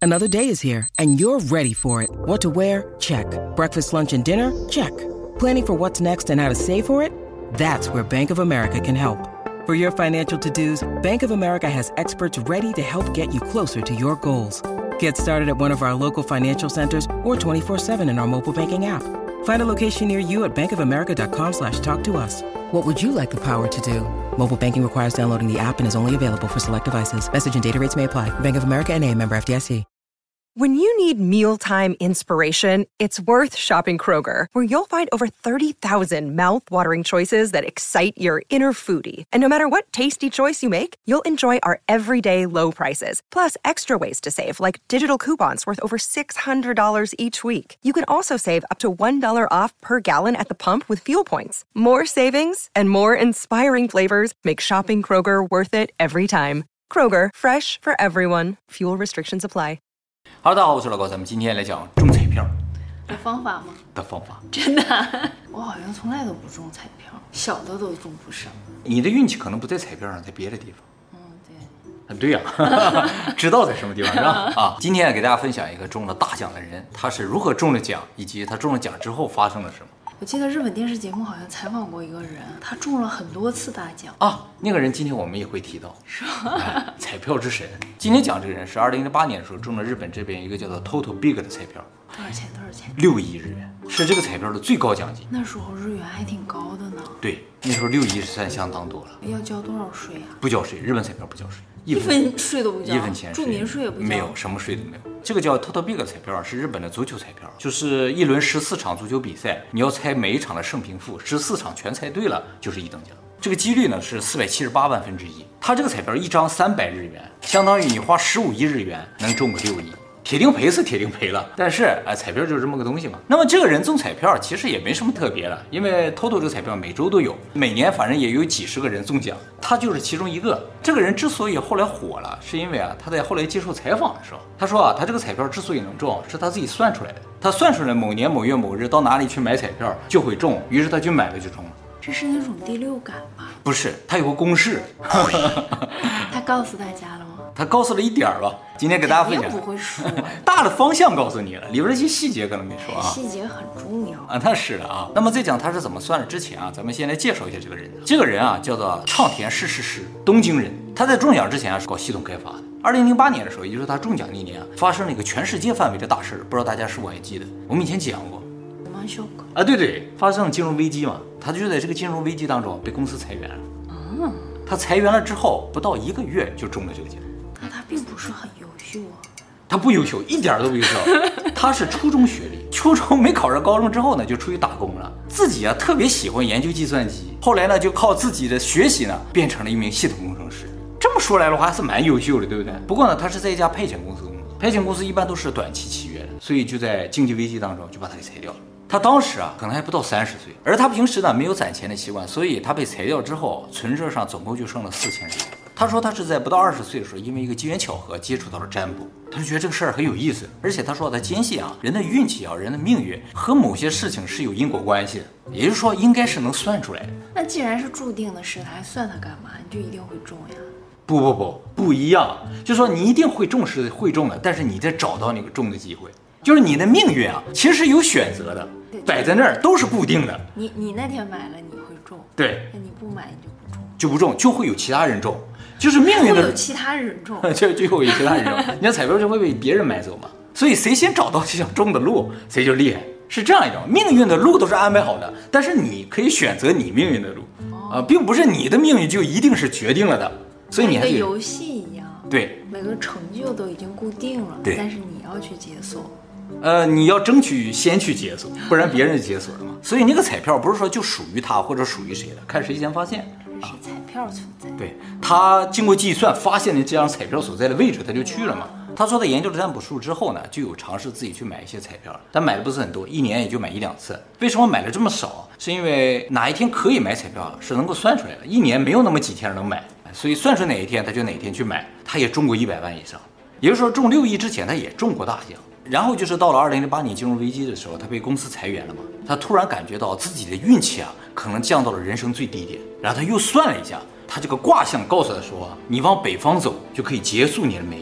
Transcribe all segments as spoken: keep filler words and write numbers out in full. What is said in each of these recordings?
Another day is here, and you're ready for it. What to wear? Check. Breakfast, lunch, and dinner? Check. Planning for what's next and how to save for it? That's where Bank of America can help. For your financial to-dos, Bank of America has experts ready to help get you closer to your goals. Get started at one of our local financial centers or twenty-four seven in our mobile banking app. Find a location near you at bankofamerica.com slash talk to us. What would you like the power to do? Mobile banking requires downloading the app and is only available for select devices. Message and data rates may apply. Bank of America N A, member F D I C. When you need mealtime inspiration, it's worth shopping Kroger, where you'll find over thirty thousand mouth-watering choices that excite your inner foodie. And no matter what tasty choice you make, you'll enjoy our everyday low prices, plus extra ways to save, like digital coupons worth over six hundred dollars each week. You can also save up to one dollar off per gallon at the pump with fuel points. More savings and more inspiring flavors make shopping Kroger worth it every time. Kroger, fresh for everyone. Fuel restrictions apply. Hello， 大家好，我是老高，咱们今天来讲中彩票的方法吗？ 的方法， 真的，我好像从来都不中彩票，小的都中不上。 你的运气可能不在彩票上，在别的地方。 嗯， 对。对呀、啊，知道在什么地方是吧？啊，今天给大家分享一个中了大奖的人，他是如何中了奖，以及他中了奖之后发生了什么。 我记得日本电视节目好像采访过一个人，他中了很多次大奖啊。那个人今天我们也会提到， 是吧？ 哎、彩票之神。今天讲这个人是二零零八年的时候中了日本这边一个叫做 Total Big 的彩票， 多少钱？多少钱？ 六亿日元，是这个彩票的最高奖金。 那时候日元还挺高的呢。 对，那时候六亿是算相当多了。 要交多少税啊？ 不交税，日本彩票不交税， 一分税都不交， 一分钱住民税也不交， 没有，什么税都没有。这个叫 Total Big 彩票是日本的足球彩票，就是一轮十四场足球比赛，你要猜每一场的胜平负，十四场全猜对了就是一等奖。这个几率呢是四百七十八万分之一。它这个彩票一张三百日元，相当于你花十五亿日元能中个六亿。铁定赔是铁定赔了，但是哎，彩票就是这么个东西嘛。那么这个人中彩票其实也没什么特别的，因为 Toto 这个彩票每周都有，每年反正也有几十个人中奖，他就是其中一个。这个人之所以后来火了，是因为啊，他在后来接受采访的时候，他说啊，他这个彩票之所以能中，是他自己算出来的。他算出来某年某月某日到哪里去买彩票就会中，于是他就买了就中了。 这是那种第六感吧？ 不是，他有个公式。 他告诉大家了吗？ 他告诉了一点儿吧，今天给大家分享。 不会说， 大的方向告诉你了，里边这些细节可能没说啊。 细节很重要啊，那是的啊。那么在讲他是怎么算的之前啊，咱们先来介绍一下这个人。这个人啊叫做畅田世世师，东京人。他在中奖之前啊是搞系统开发的。二零零八年的时候，也就是他中奖那年啊，发生了一个全世界范围的大事，不知道大家是否还记得？我们以前讲过。啊，对对，发生了金融危机嘛，他就在这个金融危机当中被公司裁员了。 嗯， 他裁员了之后，不到一个月就中了这个奖。 那他并不是很优秀啊。 他不优秀，一点都不优秀。他是初中学历，初中没考上高中之后呢，就出去打工了。自己啊特别喜欢研究计算机，后来呢就靠自己的学习呢，变成了一名系统工程师。这么说来的话，还是蛮优秀的，对不对？不过呢，他是在一家派遣公司工作，派遣公司一般都是短期契约的，所以就在经济危机当中就把他给裁掉了。他当时啊，可能还不到三十岁，而他平时呢没有攒钱的习惯，所以他被裁掉之后，存折上总共就剩了四千日元。他说他是在不到二十岁的时候，因为一个机缘巧合接触到了占卜，他就觉得这个事儿很有意思，而且他说他坚信啊，人的运气啊，人的命运和某些事情是有因果关系的，也就是说应该是能算出来的。 那既然是注定的事，他还算它干嘛？你就一定会中呀？ 不不不，不一样，就说你一定会中是会中的，但是你得找到那个中的机会，就是你的命运啊，其实是有选择的。摆在那儿都是固定的，你你那天买了你会中， 对， 那你不买你就不中， 就不中，就会有其他人中，就是命运的， 会有其他人中， 就就会有其他人中，你看彩票就会被别人买走嘛，所以谁先找到这条中的路，谁就厉害，是这样一种命运的路都是安排好的，但是你可以选择你命运的路，啊、呃，并不是你的命运就一定是决定了的，所以你还跟游戏一样， 对， 每个成就都已经固定了， 对， 但是你要去解锁。 呃，你要争取先去解锁，不然别人就解锁了嘛。所以那个彩票不是说就属于他或者属于谁的，看谁先发现。 是彩票存在。 对，他经过计算发现了这张彩票所在的位置，他就去了嘛。他说他研究了占卜术之后呢，就有尝试自己去买一些彩票，但买的不是很多，一年也就买一两次。为什么买的这么少？是因为哪一天可以买彩票是能够算出来的，一年没有那么几天能买，所以算出哪一天他就哪一天去买。他也中过一百万以上，也就是说中六亿之前他也中过大奖。然后就是到了二零零八年金融危机的时候，他被公司裁员了嘛，他突然感觉到自己的运气啊可能降到了人生最低点，然后他又算了一下，他这个卦象告诉他说，你往北方走就可以结束你的霉运，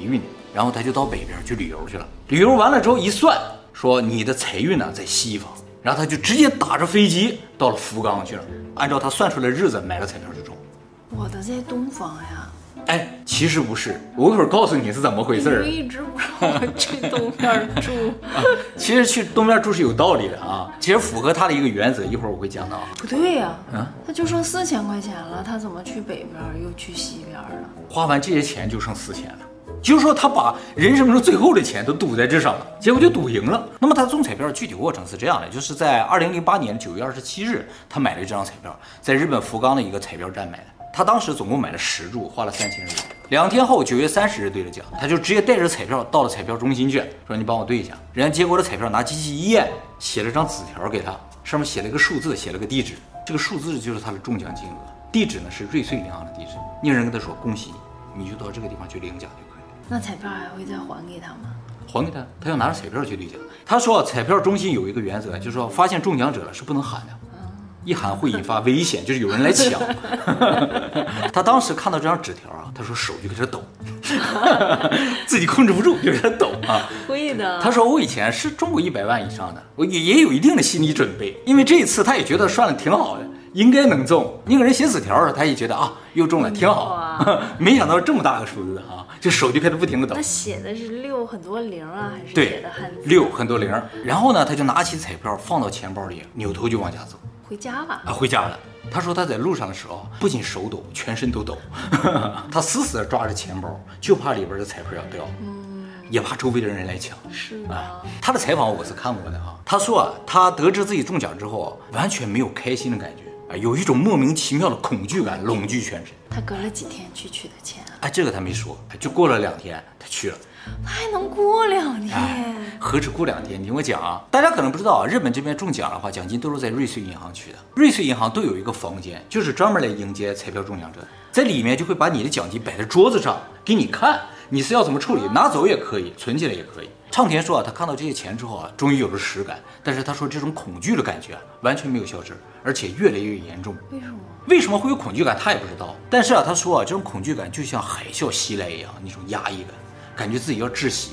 然后他就到北边去旅游去了。旅游完了之后一算，说你的财运呢在西方，然后他就直接打着飞机到了福冈去了，按照他算出来的日子买了彩票就中。 我的在东方呀。 哎，其实不是，我一会儿告诉你是怎么回事儿。 我一直不让我去东边住、 啊。其实去东边住是有道理的啊，其实符合他的一个原则，一会儿我会讲到。 不对呀、啊， 嗯， 他就剩四千块钱了，他怎么去北边又去西边了？ 花完这些钱就剩四千了，就是说他把人生中最后的钱都赌在这上了，结果就赌赢了。那么他中彩票具体过程是这样的，就是在二零零八年九月二十七日，他买了这张彩票，在日本福冈的一个彩票站买的。他当时总共买了十注，花了三千日元。两天后，九月三十日兑了奖，他就直接带着彩票到了彩票中心去，说你帮我兑一下。人家结果的彩票拿机器一验，写了张纸条给他，上面写了一个数字，写了个地址，这个数字就是他的中奖金额，地址呢是瑞穗银行的地址。那个人跟他说恭喜你，你就到这个地方去领奖就可以了。 那彩票还会再还给他吗？ 还给他，他要拿着彩票去兑奖。他说彩票中心有一个原则，就是说发现中奖者了是不能喊的。一喊会引发危险，就是有人来抢。他当时看到这张纸条啊，他说手就开始抖，自己控制不住就开始抖啊。 会的。 他说我以前是中过一百万以上的，我也也有一定的心理准备，因为这一次他也觉得算的挺好的，应该能中。那个人写纸条的时候，他也觉得啊又中了，挺好。没想到这么大个数字啊，这手就开始不停的抖。 他写的是六很多零啊，还是对写的汉字？ 六很多零。然后呢，他就拿起彩票放到钱包里，扭头就往家走。 回家了啊，回家了。他说他在路上的时候，不仅手抖，全身都抖。他死死地抓着钱包，就怕里边的彩票要掉，嗯，也怕周围的人来抢。 是啊，他的采访我是看过的啊。他说啊，他得知自己中奖之后，完全没有开心的感觉啊，有一种莫名其妙的恐惧感笼聚全身。 他隔了几天去取的钱啊？ 哎，这个他没说，就过了两天，他去了。 他还能过两天、 哎？何止过两天？你听我讲啊，大家可能不知道啊，日本这边中奖的话，奖金都是在瑞穗银行取的。瑞穗银行都有一个房间，就是专门来迎接彩票中奖者，在里面就会把你的奖金摆在桌子上给你看，你是要怎么处理，拿走也可以，存起来也可以。畅田说啊，他看到这些钱之后啊，终于有了实感，但是他说这种恐惧的感觉啊，完全没有消失，而且越来越严重。 为什么？ 为什么会有恐惧感？他也不知道。但是啊，他说啊，这种恐惧感就像海啸袭来一样，那种压抑感，感觉自己要窒息。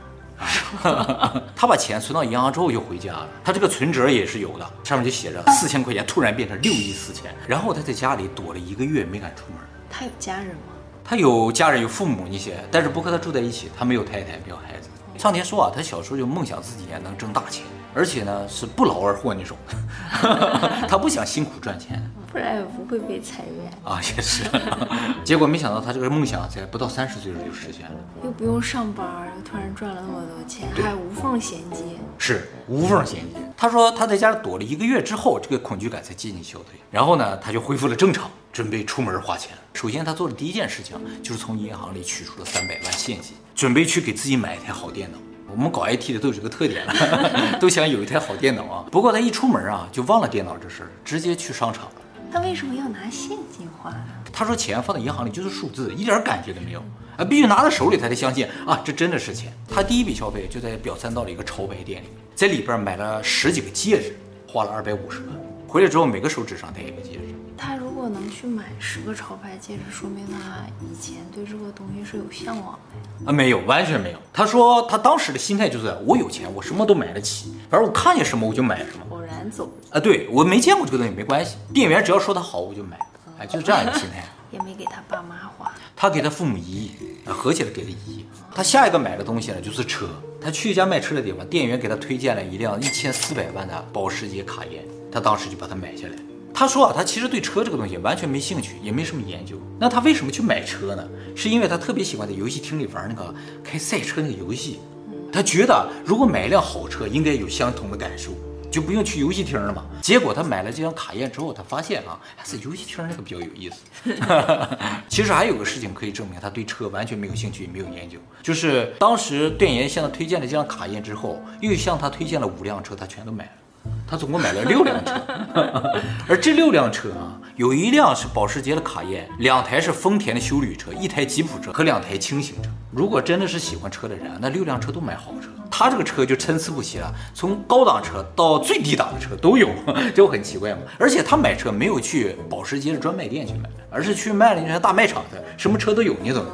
他把钱存到银行之后就回家了，他这个存折也是有的，上面就写着四千块钱，突然变成六亿四千。然后他在家里躲了一个月，没敢出门。 他有家人吗？ 他有家人，有父母那些，但是不和他住在一起，他没有太太，没有孩子。畅田说啊，他小时候就梦想自己也能挣大钱，而且呢是不劳而获那种。他不想辛苦赚钱， 不然也不会被裁员啊，也是。结果没想到他这个梦想在不到三十岁的时候就实现了， 又不用上班，又突然赚了那么多钱，还无缝衔接， 是无缝衔接。他说他在家里躲了一个月之后，这个恐惧感才渐渐消退，然后呢他就恢复了正常，准备出门花钱。首先他做的第一件事情就是从银行里取出了三百万现金，准备去给自己买一台好电脑。我们搞 I T 的都有这个特点了，都想有一台好电脑啊。不过他一出门啊就忘了电脑这事儿，直接去商场了。 他为什么要拿现金花呢？ 他说钱放在银行里就是数字，一点感觉都没有啊，必须拿在手里他才相信啊，这真的是钱。他第一笔消费就在表参道的一个潮牌店里，在里边买了十几个戒指，花了二百五十万。回来之后每个手指上戴一个戒指。 他如果能去买十个潮牌戒指，说明他以前对这个东西是有向往的啊，没有，完全没有。他说他当时的心态就是我有钱，我什么都买得起，反正我看见什么我就买什么。 偶然走啊，对，我没见过这个东西没关系，店员只要说它好我就买，哎，就是这样一个心态。 也没给他爸妈花， 他给他父母一亿，啊，合起来给了一亿。他下一个买的东西呢就是车，他去一家卖车的地方，店员给他推荐了一辆一千四百万的保时捷卡宴，他当时就把它买下来。他说啊，他其实对车这个东西完全没兴趣，也没什么研究。那他为什么去买车呢？是因为他特别喜欢在游戏厅里玩那个开赛车那个游戏，他觉得如果买一辆好车应该有相同的感受，就不用去游戏厅了嘛。结果他买了这辆卡宴之后，他发现啊，还是游戏厅那个比较有意思。其实还有个事情可以证明他对车完全没有兴趣，也没有研究，就是当时店员向他推荐了这辆卡宴之后，又向他推荐了五辆车，他全都买了。他总共买了六辆车，而这六辆车啊，有一辆是保时捷的卡宴，两台是丰田的休旅车，一台吉普车和两台轻型车。如果真的是喜欢车的人，那六辆车都买豪车，他这个车就参差不齐了，从高档车到最低档的车都有，就很奇怪嘛。而且他买车没有去保时捷的专卖店去买，而是去卖了那些大卖场的，什么车都有那种地方。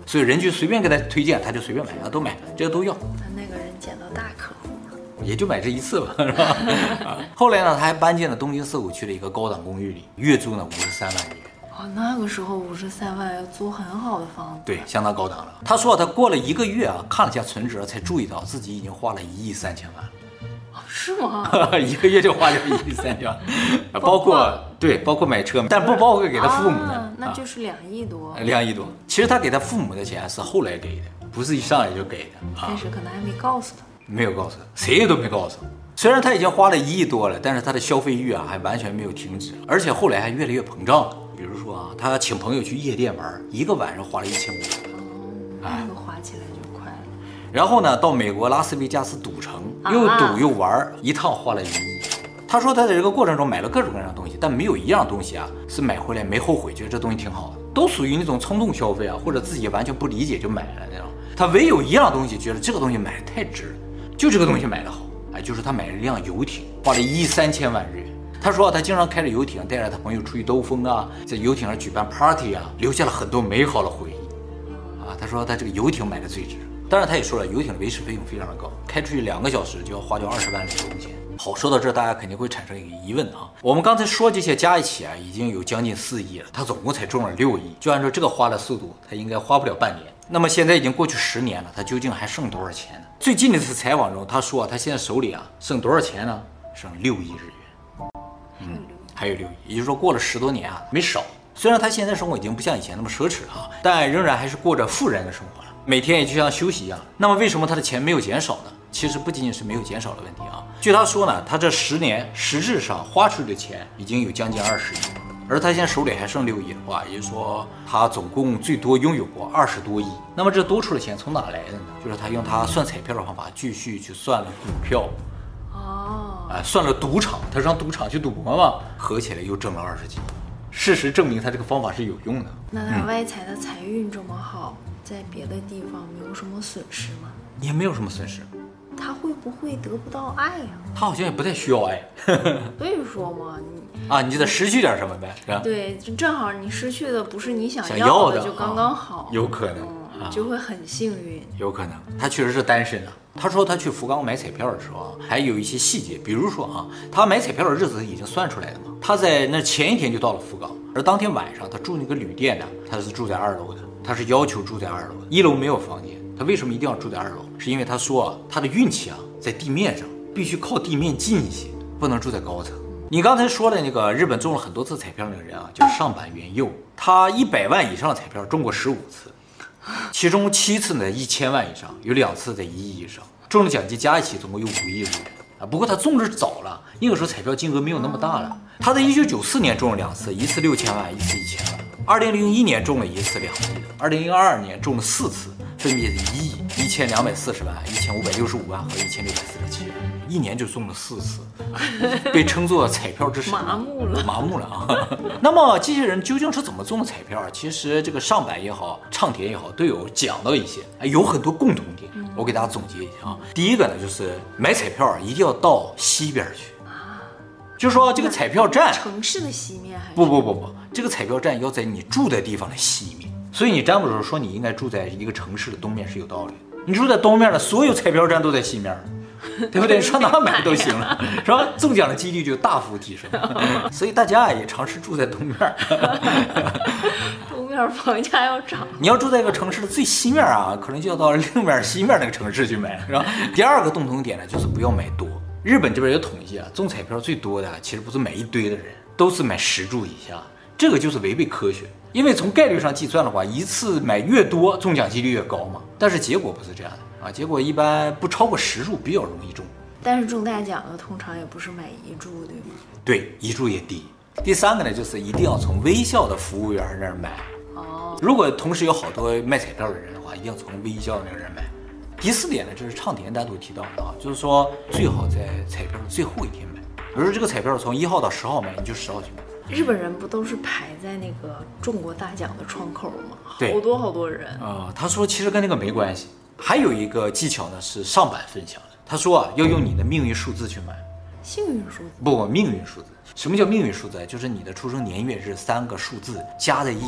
所以人就随便给他推荐，他就随便买，啊，都买，这个都要。 他那个人捡到大客户了， 也就买这一次吧，是吧？后来呢，他还搬进了东京涩谷区的一个高档公寓里，月租呢五十三万日元。 哦，那个时候五十三万要租很好的房子， 对，相当高档了。他说他过了一个月啊，看了一下存折，才注意到自己已经花了一亿三千万。 哦，是吗？ 一个月就花掉一亿三千万，包括对，包括买车，但不包括给他父母的， 啊、那就是两亿多。 两亿多。其实他给他父母的钱是后来给的，不是一上来就给的。 开始可能还没告诉他， 没有告诉他，谁都没告诉他。虽然他已经花了一亿多了，但是他的消费欲啊还完全没有停止，而且后来还越来越膨胀了。比如说啊，他请朋友去夜店玩，一个晚上花了一千五百万， 嗯，那个花起来就快了。 然后呢，到美国拉斯维加斯赌城，又赌又玩，一趟花了一亿。他说他在这个过程中买了各种各样的东西，但没有一样东西啊是买回来没后悔，觉得这东西挺好的，都属于那种冲动消费啊，或者自己完全不理解就买了那种。他唯有一样东西觉得这个东西买的太值了，就这个东西买的好，哎，就是他买了一辆游艇，花了一亿三千万日元。他说他经常开着游艇带着他朋友出去兜风啊，在游艇上举办 party 啊，留下了很多美好的回忆啊。他说他这个游艇买的最值，当然他也说了，游艇的维持费用非常的高，开出去两个小时就要花掉二十万的油钱。好，说到这，大家肯定会产生一个疑问啊，我们刚才说这些加一起啊，已经有将近四亿了，他总共才中了六亿，就按照这个花的速度，他应该花不了半年。那么现在已经过去十年了，他究竟还剩多少钱呢？最近的一次采访中，他说、啊、他现在手里啊剩多少钱呢？剩六亿日元。嗯，还有六亿，也就是说过了十多年啊，没少。虽然他现在生活已经不像以前那么奢侈了啊，但仍然还是过着富人的生活了，每天也就像休息一样。那么为什么他的钱没有减少呢？其实不仅仅是没有减少的问题啊。据他说呢，他这十年实质上花出去的钱已经有将近二十亿，而他现在手里还剩六亿的话，也就是说他总共最多拥有过二十多亿。那么这多出的钱从哪来的呢？就是他用他算彩票的方法继续去算了股票。哦，啊，算了赌场，他上赌场去赌博嘛，合起来又挣了二十几亿。事实证明他这个方法是有用的。 那他外财的财运这么好，在别的地方没有什么损失吗？ 也没有什么损失。 他会不会得不到爱呀、啊？ 他好像也不太需要爱。 所以说嘛，你啊，你就得失去点什么呗，是吧？ 对，就正好你失去的不是你想要的， 就刚刚好。 啊、有可能、 嗯啊，就会很幸运。 有可能，他确实是单身啊。他说他去福冈买彩票的时候啊，还有一些细节，比如说啊，他买彩票的日子已经算出来了嘛。他在那前一天就到了福冈，而当天晚上他住那个旅店呢，他是住在二楼的，他是要求住在二楼的，一楼没有房间。他为什么一定要住在二楼？是因为他说啊，他的运气啊在地面上，必须靠地面近一些，不能住在高层。你刚才说的那个日本中了很多次彩票那个人啊，叫上坂元佑，他一百万以上的彩票中过十五次，其中七次呢一千万以上，有两次在一亿以上，中的奖金加一起总共有五亿日元啊。不过他中的早了，那个时候彩票金额没有那么大了。他在一九九四年中了两次，一次六千万，一次一千万。二零零一年中了一次两亿的，二零零二年中了四次，分别是一亿、一千两百四十万、一千五百六十五万和一千六百四十七万，一年就中了四次，被称作彩票之神。 麻木了， 麻木了啊！那么这些人究竟是怎么中的彩票？其实这个上坂也好，畅田也好，都有讲到一些，有很多共同点。我给大家总结一下啊。第一个呢，就是买彩票一定要到西边去。就是说这个彩票站， 城市的西面还是不不不不，这个彩票站要在你住的地方的西面，所以你占卜的时候说你应该住在一个城市的东面是有道理的。你住在东面的，所有彩票站都在西面，对不对？上哪买都行了，是吧？中奖的几率就大幅提升。所以大家也尝试住在东面。 东面房价要涨。 你要住在一个城市的最西面啊，可能就要到另面西面那个城市去买，是吧？第二个共同点呢，就是不要买多。日本这边有统计啊，中彩票最多的其实不是买一堆的人，都是买十注以下，这个就是违背科学。因为从概率上计算的话，一次买越多，中奖几率越高嘛。但是结果不是这样的啊，结果一般不超过十注比较容易中。 但是中大奖的通常也不是买一注，对吗？ 对，一注也低。第三个呢，就是一定要从微笑的服务员那儿买。哦，如果同时有好多卖彩票的人的话，一定要从微笑那个人买。第四点呢，这是畅田单独提到的啊，就是说最好在彩票的最后一天买。比如说这个彩票从一号到十号买，你就十号去买。 日本人不都是排在那个中国大奖的窗口吗？ 对， 好多好多人啊、呃。他说其实跟那个没关系。还有一个技巧呢是上坂分享的，他说啊要用你的命运数字去买。 幸运数字？ 不，命运数字。什么叫命运数字？就是你的出生年月日三个数字加在一起，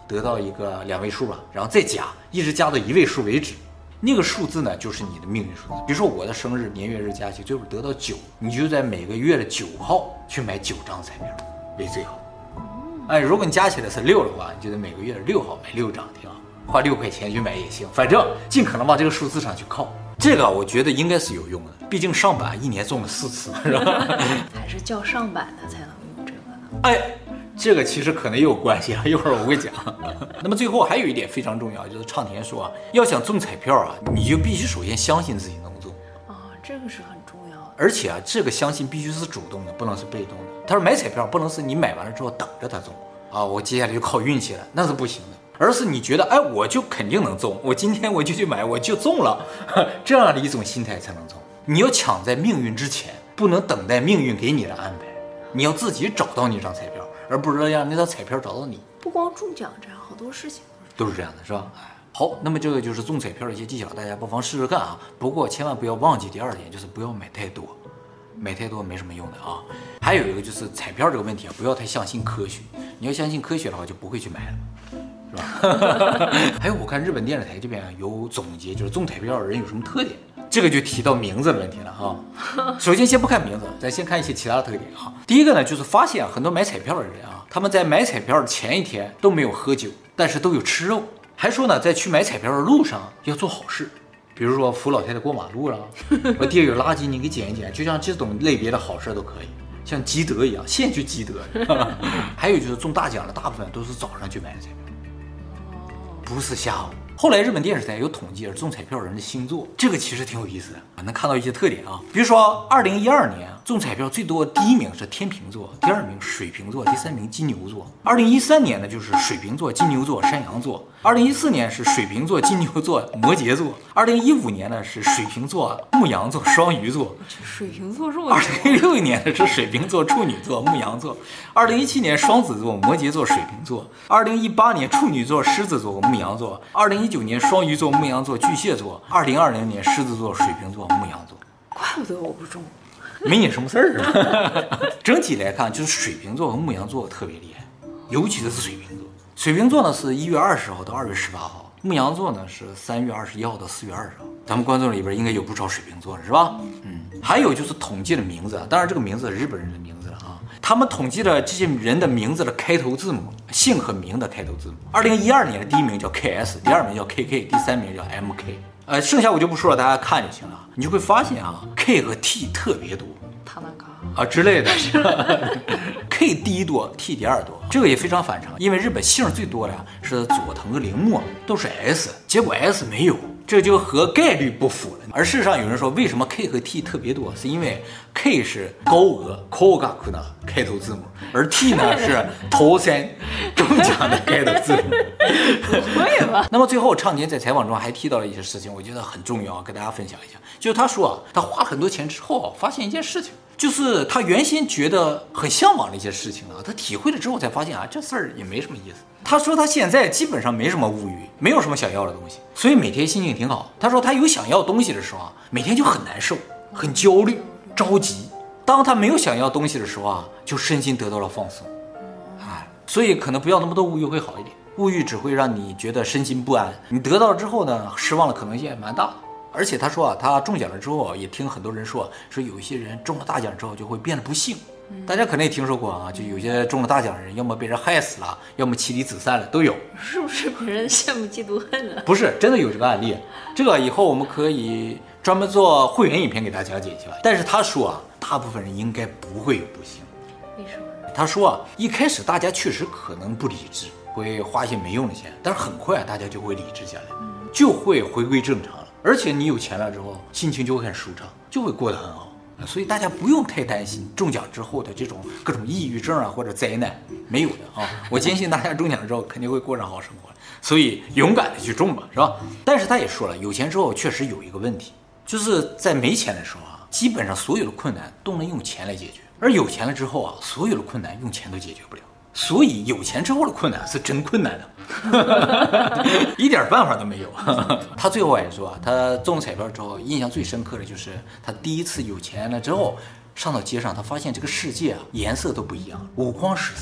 得到一个两位数吧，然后再加，一直加到一位数为止。那个数字呢，就是你的命运数字。比如说我的生日年月日加起，最后得到九，你就在每个月的九号去买九张彩票为最好。哎，如果你加起来是六的话，你就在每个月的六号买六张，挺好，花六块钱去买也行，反正尽可能往这个数字上去靠。这个我觉得应该是有用的，毕竟上版一年中了四次，是吧？ 还是叫上版的才能用这个呢？ 哎。这个其实可能也有关系啊，一会儿我会讲。那么最后还有一点非常重要，就是畅田说啊，要想中彩票啊，你就必须首先相信自己能中啊，这个是很重要的。 而且啊，这个相信必须是主动的，不能是被动的。他说买彩票不能是你买完了之后等着它中啊，我接下来就靠运气了，那是不行的。而是你觉得，哎，我就肯定能中，我今天我就去买，我就中了，这样的一种心态才能中。你要抢在命运之前，不能等待命运给你的安排，你要自己找到那张彩票。而不是让那张彩票找到你。 不光中奖这样，好多事情都是这样的，是吧？好，那么这个就是中彩票的一些技巧，大家不妨试试看啊。不过千万不要忘记第二点，就是不要买太多，买太多没什么用的啊。还有一个就是彩票这个问题啊，不要太相信科学。你要相信科学的话，就不会去买了。是吧？还有我看日本电视台这边有总结，就是中彩票的人有什么特点，这个就提到名字的问题了啊。首先先不看名字，咱先看一些其他的特点啊。第一个呢，就是发现很多买彩票的人啊，他们在买彩票的前一天都没有喝酒，但是都有吃肉，还说呢，在去买彩票的路上要做好事，比如说扶老太太过马路了，我地上有垃圾你给捡一捡，就像这种类别的好事都可以。像积德一样，现去积德。还有就是中大奖的大部分都是早上去买的彩票，不是下午。后来日本电视台有统计中彩票人的星座，这个其实挺有意思的，能看到一些特点啊。比如说二零一二年中彩票最多，第一名是天秤座，第二名水瓶座，第三名金牛座。二零一三年呢就是水瓶座、金牛座、山羊座。二零一四年是水瓶座、金牛座、摩羯座。二零一五年呢是水瓶座、牧羊座、双鱼座。 水瓶座是我。 二零一六年呢是水瓶座、处女座、牧羊座。二零一七年双子座、摩羯座、水瓶座。二零一八年处女座、狮子座、牧羊座。二零一九年双鱼座、牧羊座、巨蟹座。二零二零年狮子座、水瓶座、牧羊座。 怪不得我不中， 没你什么事儿。整体来看，就是水瓶座和牧羊座特别厉害，尤其是水瓶座。水瓶座呢是一月二十号到二月十八号，牧羊座呢是三月二十一号到四月二十号。咱们观众里边应该有不少水瓶座的是吧？嗯，还有就是统计的名字，当然这个名字是日本人的名字了啊。他们统计了这些人的名字的开头字母，姓和名的开头字母。二零一二年的第一名叫 K S， 第二名叫 K K， 第三名叫 M K。呃，剩下我就不说了，大家看就行了。你就会发现啊 ，K 和 T 特别多， 塔纳卡啊之类的。K 第一多 ，T 第二多，这个也非常反常，因为日本姓最多的是佐藤和铃木，都是 S， 结果 S 没有，这就和概率不符了。而事实上，有人说为什么 K 和 T 特别多，是因为 K 是高额 Kogaku 的开头字母，而 T 呢是头三中奖的开头字母。 不会吧？ 那么最后，畅田在采访中还提到了一些事情，我觉得很重要，跟大家分享一下。就是他说啊，他花了很多钱之后啊，发现一件事情，就是他原先觉得很向往的一些事情啊，他体会了之后才发现啊，这事儿也没什么意思。他说他现在基本上没什么物欲，没有什么想要的东西，所以每天心情挺好。他说他有想要东西的时候啊，每天就很难受，很焦虑、着急。当他没有想要东西的时候啊，就身心得到了放松。哎，所以可能不要那么多物欲会好一点，物欲只会让你觉得身心不安。你得到了之后呢，失望的可能性也蛮大的。而且他说啊，他中奖了之后啊，也听很多人说，说有一些人中了大奖之后就会变得不幸。大家可能也听说过啊，就有些中了大奖的人，要么被人害死了，要么妻离子散了，都有。 是不是别人羡慕嫉妒恨了？ 不是，真的有这个案例。这个以后我们可以专门做会员影片给大家讲解一下。但是他说啊，大部分人应该不会有不幸。 为什么？ 他说啊，一开始大家确实可能不理智，会花一些没用的钱，但是很快大家就会理智下来，就会回归正常了。而且你有钱了之后，心情就会很舒畅，就会过得很好。所以大家不用太担心中奖之后的这种各种抑郁症啊或者灾难，没有的啊。我坚信大家中奖之后肯定会过上好生活，所以勇敢的去中吧，是吧？但是他也说了，有钱之后确实有一个问题，就是在没钱的时候啊，基本上所有的困难都能用钱来解决，而有钱了之后啊，所有的困难用钱都解决不了。所以有钱之后的困难是真困难的，一点办法都没有。他最后也说啊，他中彩票之后印象最深刻的就是他第一次有钱了之后，上到街上他发现这个世界啊颜色都不一样，五光十色的。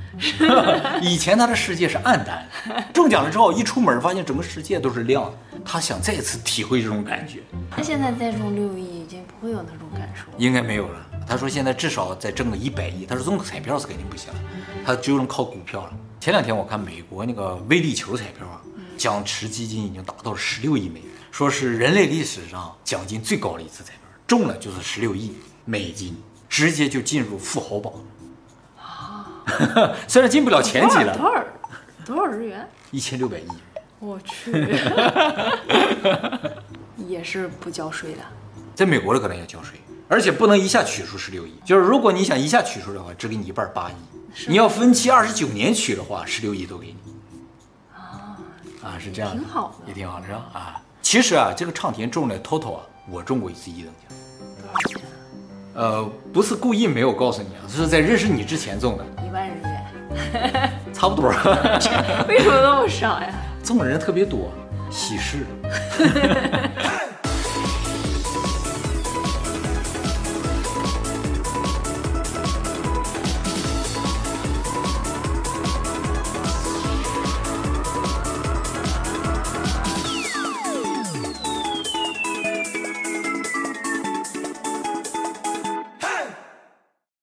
以前他的世界是暗淡的，中奖了之后一出门发现整个世界都是亮的，他想再次体会这种感觉。 他现在再中六亿已经不会有那种感受， 应该没有了。他说现在至少再挣个一百亿，他说中个彩票是肯定不行了，他只有能靠股票了。前两天我看美国那个威力球彩票啊，奖池基金已经达到了十六亿美元，说是人类历史上奖金最高的一次彩票，中了就是十六亿美金，直接就进入富豪榜。啊，虽然进不了前几了， 多少多少日元？ 一千六百亿。 我去，也是不交税的。 在美国的可能要交税，而且不能一下取出十六亿，就是如果你想一下取出的话，只给你一半八亿。你要分期二十九年取的话，十六亿都给你。啊啊，是这样的， 挺好的， 也挺好的，是吧？啊，其实啊，这个唱田中了 total 啊，我中过一次一等奖。 多少钱？ 呃，不是故意没有告诉你啊，是在认识你之前中的。 一万日元， 差不多。 为什么那么少呀？ 中的人特别多，喜事。